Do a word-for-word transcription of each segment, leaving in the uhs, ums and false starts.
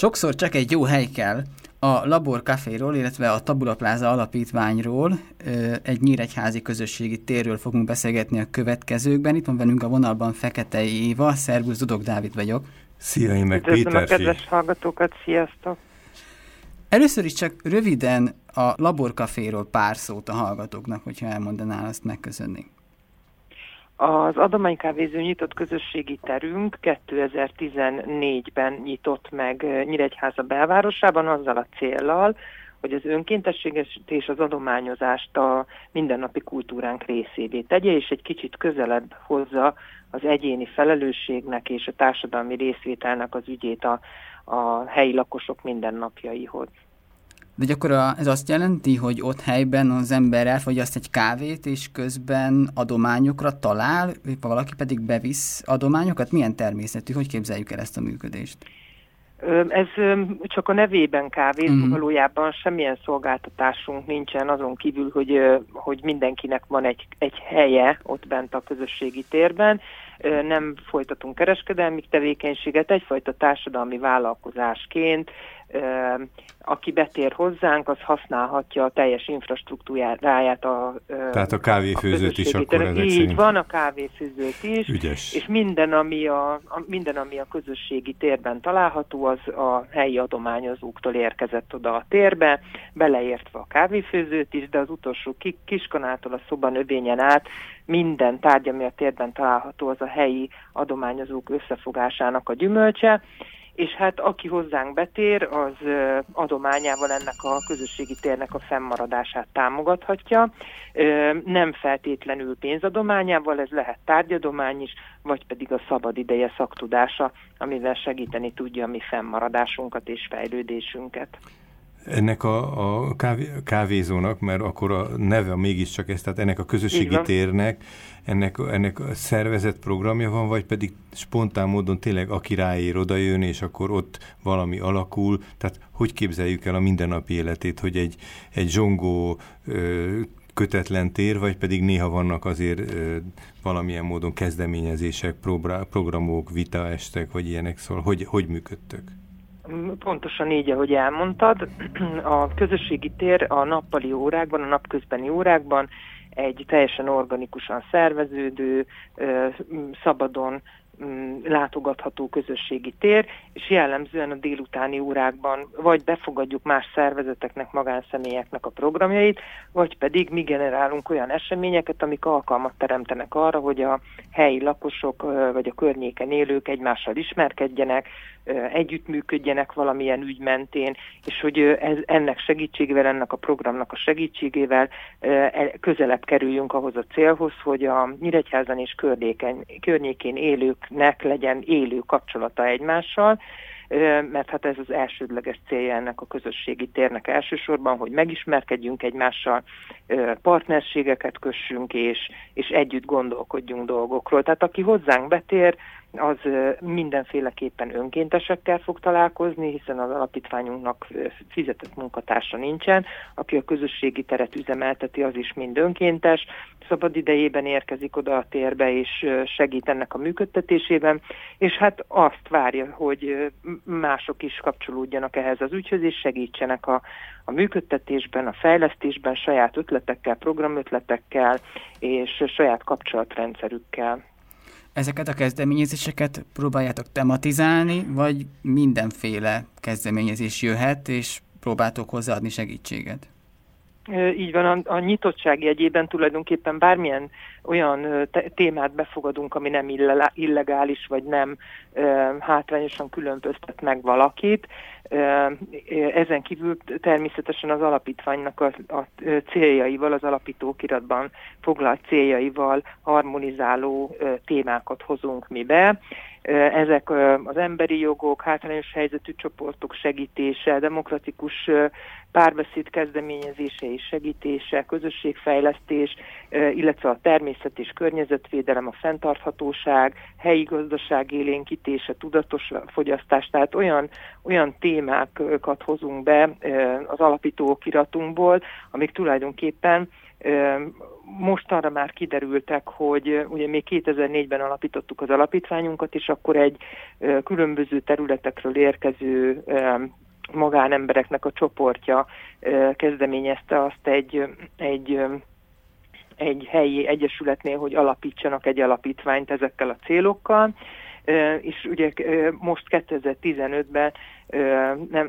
Sokszor csak egy jó hely kell. A Labor Caféról, illetve a Tabula Plaza alapítványról, egy nyíregyházi közösségi térről fogunk beszélgetni a következőkben. Itt van velünk a vonalban Feketei Éva, szervusz, Dudok Dávid vagyok. Szia, én meg Pétersi. Pétersi. A kedves hallgatókat, sziasztok! Először is csak röviden a Labor Caféról pár szót a hallgatóknak, hogyha elmondanál, azt megköszönnénk. Az Adománykávézó nyitott közösségi terünk kétezer-tizennégyben nyitott meg Nyíregyháza belvárosában azzal a céllal, hogy az önkéntességet és az adományozást a mindennapi kultúránk részévé tegye, és egy kicsit közelebb hozza az egyéni felelősségnek és a társadalmi részvételnek az ügyét a, a helyi lakosok mindennapjaihoz. De akkor ez azt jelenti, hogy ott helyben az ember elfogyaszt egy kávét, és közben adományokra talál, valaki pedig bevisz adományokat? Milyen természetű? Hogy képzeljük el ezt a működést? Ez csak a nevében kávé, uh-huh. valójában semmilyen szolgáltatásunk nincsen azon kívül, hogy, hogy mindenkinek van egy, egy helye ott bent a közösségi térben. Nem folytatunk kereskedelmi tevékenységet, egyfajta társadalmi vállalkozásként, aki betér hozzánk, az használhatja a teljes infrastruktúráját a Tehát a kávéfőzőt a is akkor ezek Így szerint. van, a kávéfőzőt is. Ügyes. És minden ami a, a, minden, ami a közösségi térben található, az a helyi adományozóktól érkezett oda a térbe, beleértve a kávéfőzőt is, de az utolsó kiskanától a szobanövényen át minden tárgy, ami a térben található, az a helyi adományozók összefogásának a gyümölcse, és hát aki hozzánk betér, az adományával ennek a közösségi térnek a fennmaradását támogathatja. Nem feltétlenül pénzadományával, ez lehet tárgyadomány is, vagy pedig a szabadideje szaktudása, amivel segíteni tudja a mi fennmaradásunkat és fejlődésünket. Ennek a, a kávé, kávézónak, mert akkor a neve mégiscsak ez, tehát ennek a közösségi térnek, ennek, ennek a szervezett programja van, vagy pedig spontán módon tényleg aki ráér, oda jön, és akkor ott valami alakul. Tehát hogy képzeljük el a mindennapi életét, hogy egy, egy zsongó ö, kötetlen tér, vagy pedig néha vannak azért ö, valamilyen módon kezdeményezések, programok, vitaestek, vagy ilyenek, szóval hogy, hogy működtök? Pontosan így, ahogy elmondtad, a közösségi tér a nappali órákban, a napközbeni órákban egy teljesen organikusan szerveződő, szabadon látogatható közösségi tér, és jellemzően a délutáni órákban vagy befogadjuk más szervezeteknek, magánszemélyeknek a programjait, vagy pedig mi generálunk olyan eseményeket, amik alkalmat teremtenek arra, hogy a helyi lakosok vagy a környéken élők egymással ismerkedjenek, együttműködjenek valamilyen ügy mentén, és hogy ez, ennek segítségével, ennek a programnak a segítségével közelebb kerüljünk ahhoz a célhoz, hogy a Nyíregyházan és környéken, környékén élőknek legyen élő kapcsolata egymással, mert hát ez az elsődleges célja ennek a közösségi térnek elsősorban, hogy megismerkedjünk egymással, partnerségeket kössünk, és, és együtt gondolkodjunk dolgokról. Tehát aki hozzánk betér, az mindenféleképpen önkéntesekkel fog találkozni, hiszen az alapítványunknak fizetett munkatársa nincsen. Aki a közösségi teret üzemelteti, az is mind önkéntes. Szabad idejében érkezik oda a térbe, és segít ennek a működtetésében, és hát azt várja, hogy mások is kapcsolódjanak ehhez az ügyhöz, és segítsenek a, a működtetésben, a fejlesztésben, saját ötletekkel, programötletekkel, és saját kapcsolatrendszerükkel. Ezeket a kezdeményezéseket próbáljátok tematizálni, vagy mindenféle kezdeményezés jöhet, és próbáltok hozzáadni segítséget? Így van, a, a nyitottság jegyében tulajdonképpen bármilyen olyan témát befogadunk, ami nem illegális, vagy nem e, hátrányosan különböztet meg valakit. E, ezen kívül természetesen az alapítványnak a, a céljaival, az alapítókiratban foglalt céljaival harmonizáló e, témákat hozunk mi be. Ezek az emberi jogok, hátrányos helyzetű csoportok segítése, demokratikus párbeszéd kezdeményezése és segítése, közösségfejlesztés, illetve a természet és környezetvédelem, a fenntarthatóság, helyi gazdaság élénkítése, tudatos fogyasztás, tehát olyan, olyan témákat hozunk be az alapító okiratunkból, amik tulajdonképpen Mostanra már kiderültek, hogy ugye még kétezer-négyben alapítottuk az alapítványunkat, és akkor egy különböző területekről érkező magánembereknek a csoportja kezdeményezte azt egy, egy, egy helyi egyesületnél, hogy alapítsanak egy alapítványt ezekkel a célokkal, és ugye most kétezer-tizenötben nem,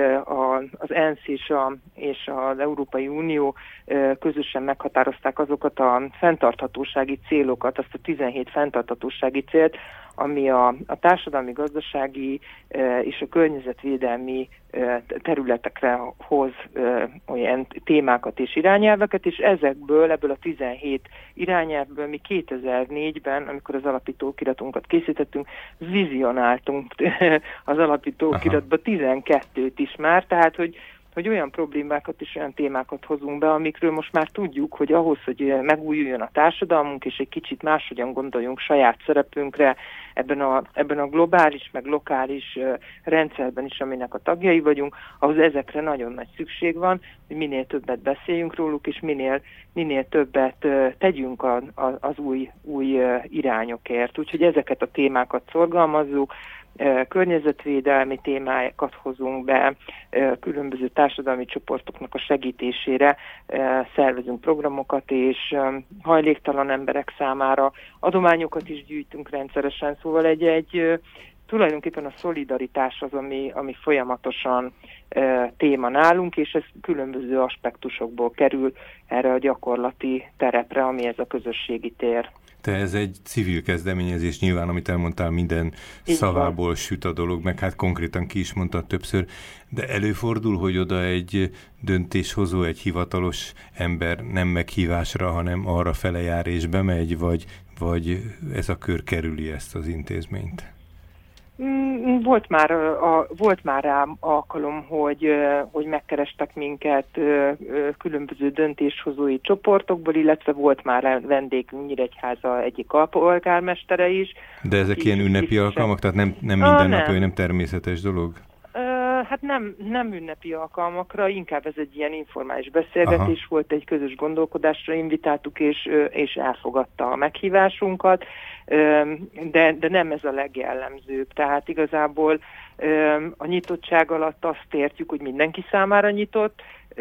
az ENSZ és, a, és az Európai Unió közösen meghatározták azokat a fenntarthatósági célokat, azt a tizenhét fenntarthatósági célt, ami a, a társadalmi-gazdasági és a környezetvédelmi területekre hoz olyan témákat és irányelveket, és ezekből, ebből a tizenhét irányelvből mi kétezer-négyben, amikor az alapító okiratunkat készítettünk, vizionáltunk az alapító okiratba tizenkettőt is már, tehát hogy hogy olyan problémákat és olyan témákat hozunk be, amikről most már tudjuk, hogy ahhoz, hogy megújuljon a társadalmunk, és egy kicsit máshogyan gondoljunk saját szerepünkre ebben a, ebben a globális, meg lokális rendszerben is, aminek a tagjai vagyunk, ahhoz ezekre nagyon nagy szükség van, hogy minél többet beszéljünk róluk, és minél, minél többet tegyünk a, a, az új, új irányokért. Úgyhogy ezeket a témákat szorgalmazzuk, környezetvédelmi témákat hozunk be, különböző társadalmi csoportoknak a segítésére szervezünk programokat, és hajléktalan emberek számára adományokat is gyűjtünk rendszeresen, szóval egy, egy tulajdonképpen a szolidaritás az, ami, ami folyamatosan téma nálunk, és ez különböző aspektusokból kerül erre a gyakorlati terepre, ami ez a közösségi tér. Te ez egy civil kezdeményezés, nyilván, amit elmondtál, minden így szavából van. Süt a dolog, meg hát konkrétan ki is mondtad többször, de előfordul, hogy oda egy döntéshozó, egy hivatalos ember nem meghívásra, hanem arra fele jár és bemegy, vagy, vagy ez a kör kerüli ezt az intézményt? Volt már, a, volt már rám alkalom, hogy, hogy megkerestek minket különböző döntéshozói csoportokból, illetve volt már vendégünk Nyíregyháza egyik alpolgármestere is. De ezek ilyen ünnepi alkalmak, tehát nem, nem mindennapi, nem. nem természetes dolog? Hát nem, nem ünnepi alkalmakra, inkább ez egy ilyen informális beszélgetés Aha. volt, egy közös gondolkodásra invitáltuk, és, és elfogadta a meghívásunkat, de, de nem ez a legjellemzőbb. Tehát igazából a nyitottság alatt azt értjük, hogy mindenki számára nyitott,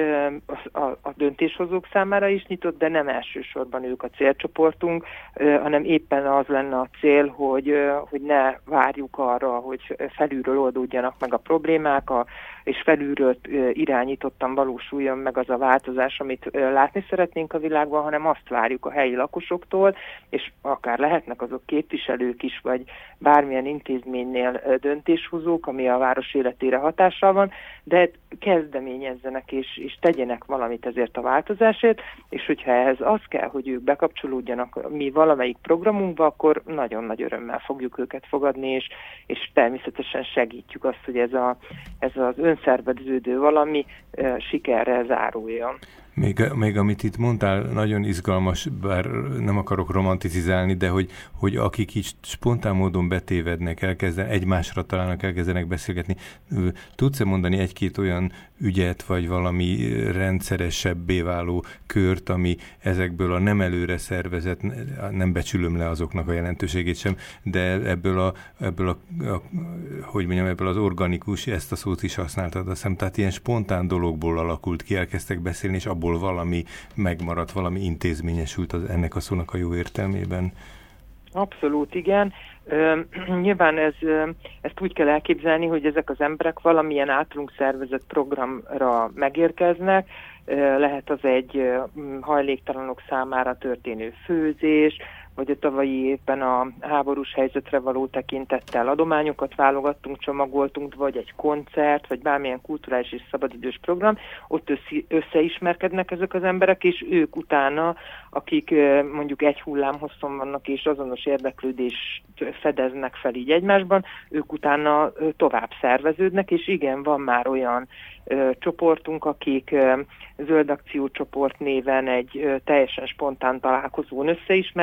a, a, a döntéshozók számára is nyitott, de nem elsősorban ők a célcsoportunk, hanem éppen az lenne a cél, hogy, hogy ne várjuk arra, hogy felülről oldódjanak meg a problémák, a, és felülről irányítottan valósuljon meg az a változás, amit látni szeretnénk a világban, hanem azt várjuk a helyi lakosoktól, és akár lehetnek azok képviselők is, vagy bármilyen intézménynél döntéshozók, ami a város életére hatással van, de kezdeményezzenek és, és tegyenek valamit ezért a változásért, és hogyha ehhez az kell, hogy ők bekapcsolódjanak mi valamelyik programunkba, akkor nagyon nagy örömmel fogjuk őket fogadni, és, és természetesen segítjük azt, hogy ez, a, ez az önszerveződő valami e, sikerrel záruljon. Még, még amit itt mondtál, nagyon izgalmas, bár nem akarok romanticizálni, de hogy, hogy akik így spontán módon betévednek, elkezdenek, egymásra találnak, elkezdenek beszélgetni, tudsz-e mondani egy-két olyan ügyet, vagy valami rendszeresebbé váló kört, ami ezekből a nem előre szervezett, nem becsülöm le azoknak a jelentőségét sem, de ebből a, ebből a, a hogy mondjam, ebből az organikus, ezt a szót is használtad, azt hiszem, tehát ilyen spontán dologból alakult ki, elkezdtek beszélni, és abból valami megmaradt, valami intézményesült az, ennek a szónak a jó értelmében. Abszolút, igen. Ö, nyilván ez, ezt úgy kell elképzelni, hogy ezek az emberek valamilyen általunk szervezett programra megérkeznek, lehet az egy hajléktalanok számára történő főzés, vagy a tavalyi évben a háborús helyzetre való tekintettel adományokat válogattunk, csomagoltunk, vagy egy koncert, vagy bármilyen kulturális és szabadidős program, ott összeismerkednek ezek az emberek, és ők utána, akik mondjuk egy hullámhosszon vannak, és azonos érdeklődést fedeznek fel így egymásban, ők utána tovább szerveződnek, és igen, van már olyan ö, csoportunk, akik ö, Zöld Akció csoport néven egy ö, teljesen spontán találkozón összeismerkedtek,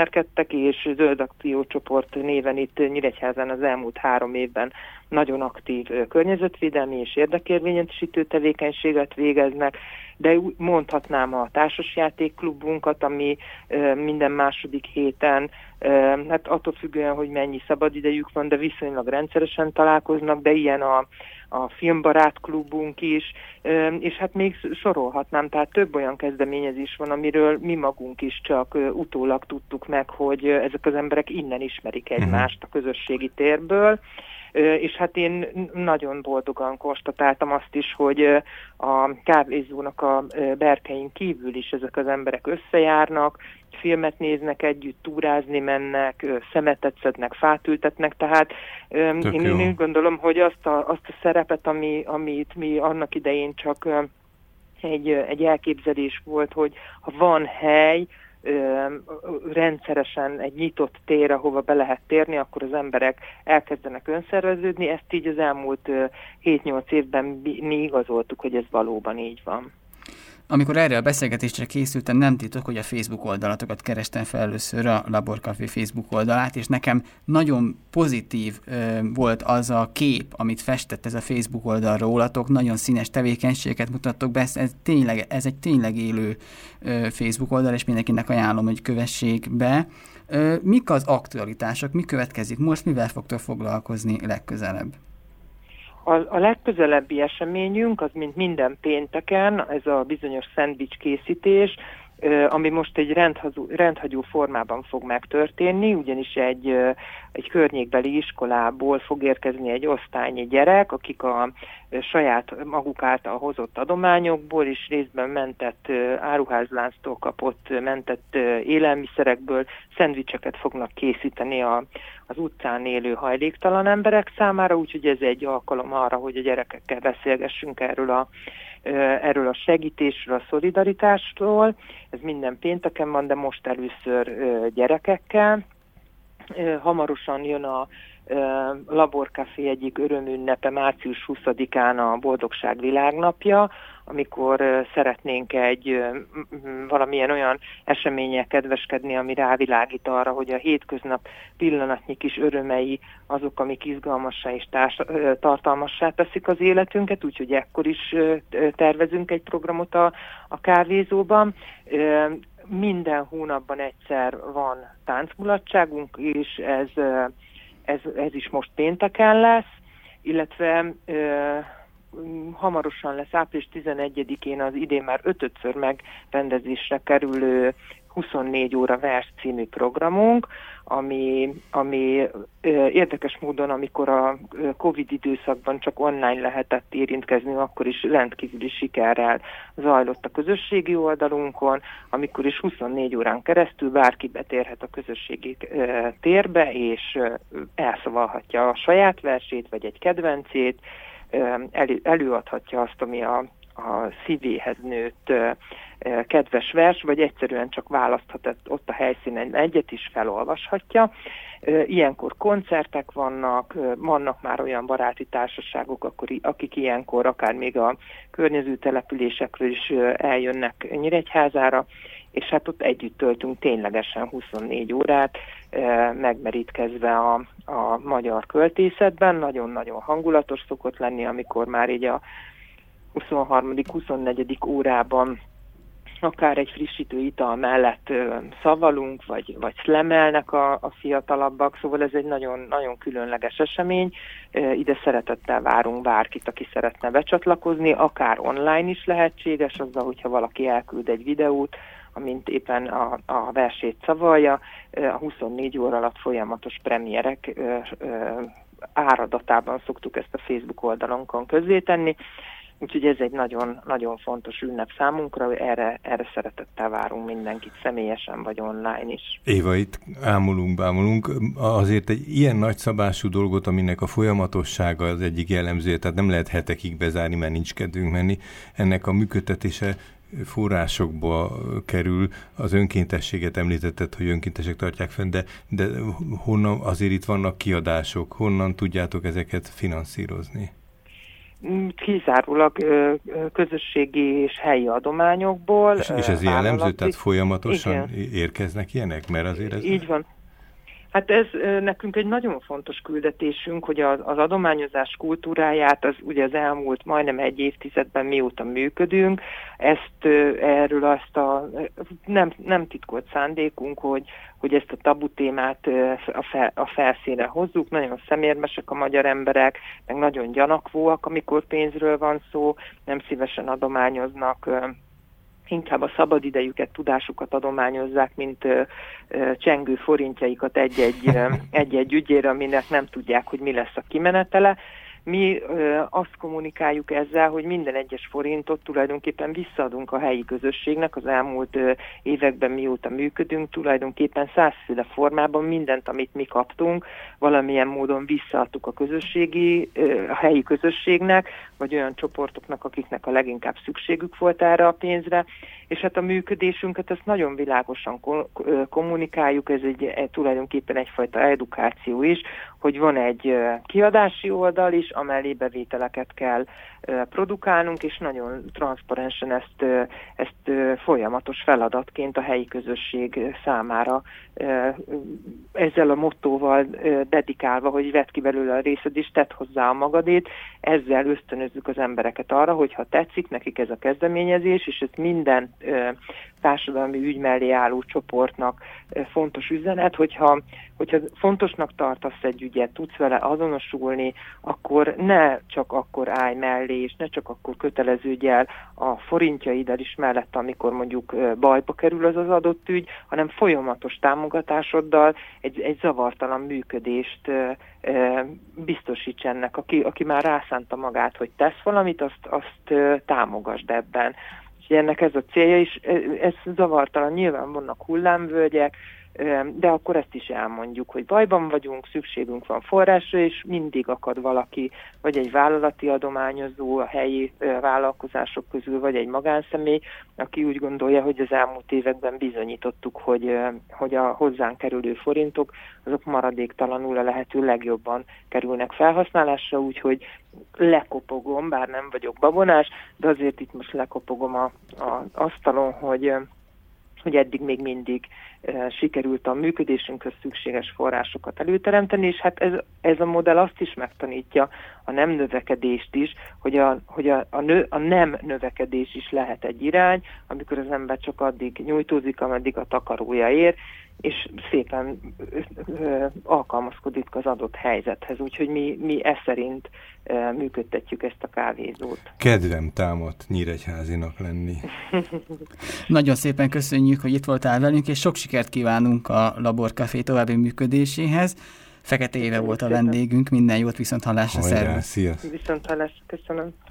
szervezetek, és Zöld Akciócsoport néven itt Nyíregyházán az elmúlt három évben nagyon aktív környezetvédelmi és érdekérvényesítő tevékenységet végeznek, de mondhatnám a társasjátékklubunkat, ami minden második héten, hát attól függően, hogy mennyi szabadidejük van, de viszonylag rendszeresen találkoznak, de ilyen a, a filmbarát klubunk is, és hát még sorolhatnám, tehát több olyan kezdeményezés van, amiről mi magunk is csak utólag tudtuk meg, hogy ezek az emberek innen ismerik egymást a közösségi térből, és hát én nagyon boldogan konstatáltam azt is, hogy a kávézónak a berkein kívül is ezek az emberek összejárnak, filmet néznek együtt, túrázni mennek, szemetet szednek, fát ültetnek, tehát Tök én, én úgy gondolom, hogy azt a, azt a szerepet, ami, amit mi annak idején csak egy, egy elképzelés volt, hogy ha van hely, rendszeresen egy nyitott tér, ahova be lehet térni, akkor az emberek elkezdenek önszerveződni. Ezt így az elmúlt hét-nyolc évben mi igazoltuk, hogy ez valóban így van. Amikor erre a beszélgetésre készültem, nem titok, hogy a Facebook oldalatokat kerestem fel először, a Laborcafé Facebook oldalát, és nekem nagyon pozitív ö, volt az a kép, amit festett ez a Facebook oldal rólatok, nagyon színes tevékenységeket mutattok be, ez, tényleg, ez egy tényleg élő ö, Facebook oldal, és mindenkinek ajánlom, hogy kövessék be. Ö, mik az aktualitások, mi következik most, mivel fogtok foglalkozni legközelebb? A, a legközelebbi eseményünk, az mint minden pénteken, ez a bizonyos szendvics készítés, ami most egy rendhagyó, rendhagyó formában fog megtörténni, ugyanis egy, egy környékbeli iskolából fog érkezni egy osztálynyi gyerek, akik a saját maguk által hozott adományokból és részben mentett áruházlánctól kapott mentett élelmiszerekből szendvicseket fognak készíteni a, az utcán élő hajléktalan emberek számára, úgyhogy ez egy alkalom arra, hogy a gyerekekkel beszélgessünk erről a erről a segítésről, a szolidaritásról. Ez minden pénteken van, de most először gyerekekkel. Hamarosan jön a Laborcafé egyik örömünnepe, március huszadikán a Boldogság Világnapja, amikor szeretnénk egy valamilyen olyan eseménye kedveskedni, ami rávilágít arra, hogy a hétköznap pillanatnyi kis örömei azok, amik izgalmassá és társ, tartalmassá teszik az életünket, úgyhogy ekkor is tervezünk egy programot a, a kávézóban. Minden hónapban egyszer van táncmulatságunk, és ez, ez, ez is most pénteken lesz, illetve hamarosan lesz április tizenegyedikén az idén már ötödször megrendezésre kerülő huszonnégy óra vers című programunk, ami, ami érdekes módon, amikor a Covid időszakban csak online lehetett érintkezni, akkor is rendkívüli sikerrel zajlott a közösségi oldalunkon, amikor is huszonnégy órán keresztül bárki betérhet a közösségi térbe, és elszavalhatja a saját versét, vagy egy kedvencét, elő, előadhatja azt, ami a, a szívéhez nőtt kedves vers, vagy egyszerűen csak választhat ott a helyszínen egyet is felolvashatja. Ilyenkor koncertek vannak, vannak már olyan baráti társaságok, akik ilyenkor akár még a környező településekről is eljönnek Nyíregyházára, és hát ott együtt töltünk ténylegesen huszonnégy órát, megmerítkezve a, a magyar költészetben. Nagyon-nagyon hangulatos szokott lenni, amikor már így a huszonharmadik-huszonnegyedik órában akár egy frissítő ital mellett szavalunk, vagy, vagy szlemelnek a, a fiatalabbak, szóval ez egy nagyon, nagyon különleges esemény. Ide szeretettel várunk bárkit, aki szeretne becsatlakozni, akár online is lehetséges, azzal, hogyha valaki elküld egy videót, amint éppen a, a versét szavalja. A huszonnégy óra alatt folyamatos premierek áradatában szoktuk ezt a Facebook oldalunkon közzétenni. Úgyhogy ez egy nagyon, nagyon fontos ünnep számunkra, erre, erre szeretettel várunk mindenkit személyesen vagy online is. Éva, itt ámulunk, bámulunk. Azért egy ilyen nagyszabású dolgot, aminek a folyamatossága az egyik jellemzője, tehát nem lehet hetekig bezárni, mert nincs kedvünk menni. Ennek a működtetése forrásokba kerül, az önkéntességet említetted, hogy önkéntesek tartják fenn, de, de honnan azért itt vannak kiadások, honnan tudjátok ezeket finanszírozni? Kizárólag közösségi és helyi adományokból. És, és ez jellemző, tehát folyamatosan igen. érkeznek ilyenek? Mert azért ez... Így van. Hát ez nekünk egy nagyon fontos küldetésünk, hogy az, az adományozás kultúráját, az ugye az elmúlt majdnem egy évtizedben mióta működünk, ezt erről azt a nem, nem titkolt szándékunk, hogy, hogy ezt a tabu témát a, fel, a felszínre hozzuk. Nagyon szemérmesek a magyar emberek, meg nagyon gyanakvóak, amikor pénzről van szó, nem szívesen adományoznak, inkább a szabadidejüket, tudásukat adományozzák, mint ö, ö, csengő forintjaikat egy-egy, ö, egy-egy ügyére, aminek nem tudják, hogy mi lesz a kimenetele. Mi ö, azt kommunikáljuk ezzel, hogy minden egyes forintot tulajdonképpen visszaadunk a helyi közösségnek. Az elmúlt ö, években mióta működünk, tulajdonképpen százféle formában mindent, amit mi kaptunk, valamilyen módon visszaadtuk a közösségi, ö, a helyi közösségnek, vagy olyan csoportoknak, akiknek a leginkább szükségük volt erre a pénzre. És hát a működésünket ezt nagyon világosan kommunikáljuk, ez egy, egy tulajdonképpen egyfajta edukáció is, hogy van egy kiadási oldal is, amellé bevételeket kell produkálnunk, és nagyon transzparensen ezt, ezt folyamatos feladatként a helyi közösség számára ezzel a mottóval dedikálva, hogy vedd ki belőle a részed is, tedd hozzá a magadét, ezzel ösztönözzük az embereket arra, hogy ha tetszik nekik ez a kezdeményezés, és ez minden társadalmi ügy mellé álló csoportnak fontos üzenet, hogyha, hogyha fontosnak tartasz egy ügyet, tudsz vele azonosulni, akkor ne csak akkor állj mellé, és ne csak akkor köteleződj el a forintjaiddal is mellett, amikor mondjuk bajba kerül az az adott ügy, hanem folyamatos támogatásoddal egy, egy zavartalan működést biztosíts ennek, aki, aki már rászánta magát, hogy tesz valamit, azt, azt támogasd ebben. Ennek ez a célja is, ez zavartalan, nyilván vannak hullámvölgyek, de akkor ezt is elmondjuk, hogy bajban vagyunk, szükségünk van forrásra, és mindig akad valaki, vagy egy vállalati adományozó a helyi vállalkozások közül, vagy egy magánszemély, aki úgy gondolja, hogy az elmúlt években bizonyítottuk, hogy, hogy a hozzánk kerülő forintok, azok maradéktalanul a lehető legjobban kerülnek felhasználásra, úgyhogy lekopogom, bár nem vagyok babonás, de azért itt most lekopogom a, a asztalon, hogy hogy eddig még mindig e, sikerült a működésünkhöz szükséges forrásokat előteremteni, és hát ez, ez a modell azt is megtanítja, a nem növekedést is, hogy, a, hogy a, a, nö, a nem növekedés is lehet egy irány, amikor az ember csak addig nyújtózik, ameddig a takarója ér, és szépen ö, alkalmazkodik az adott helyzethez. Úgyhogy mi, mi e szerint ö, működtetjük ezt a kávézót. Kedvem támadt Nyíregyházinak lenni. Nagyon szépen köszönjük, hogy itt voltál velünk, és sok sikert kívánunk a Labor Café további működéséhez. Fekete Éve volt a vendégünk, minden jót, viszont hallásra, szervusz! Sziasztok! Viszont hallásra, köszönöm!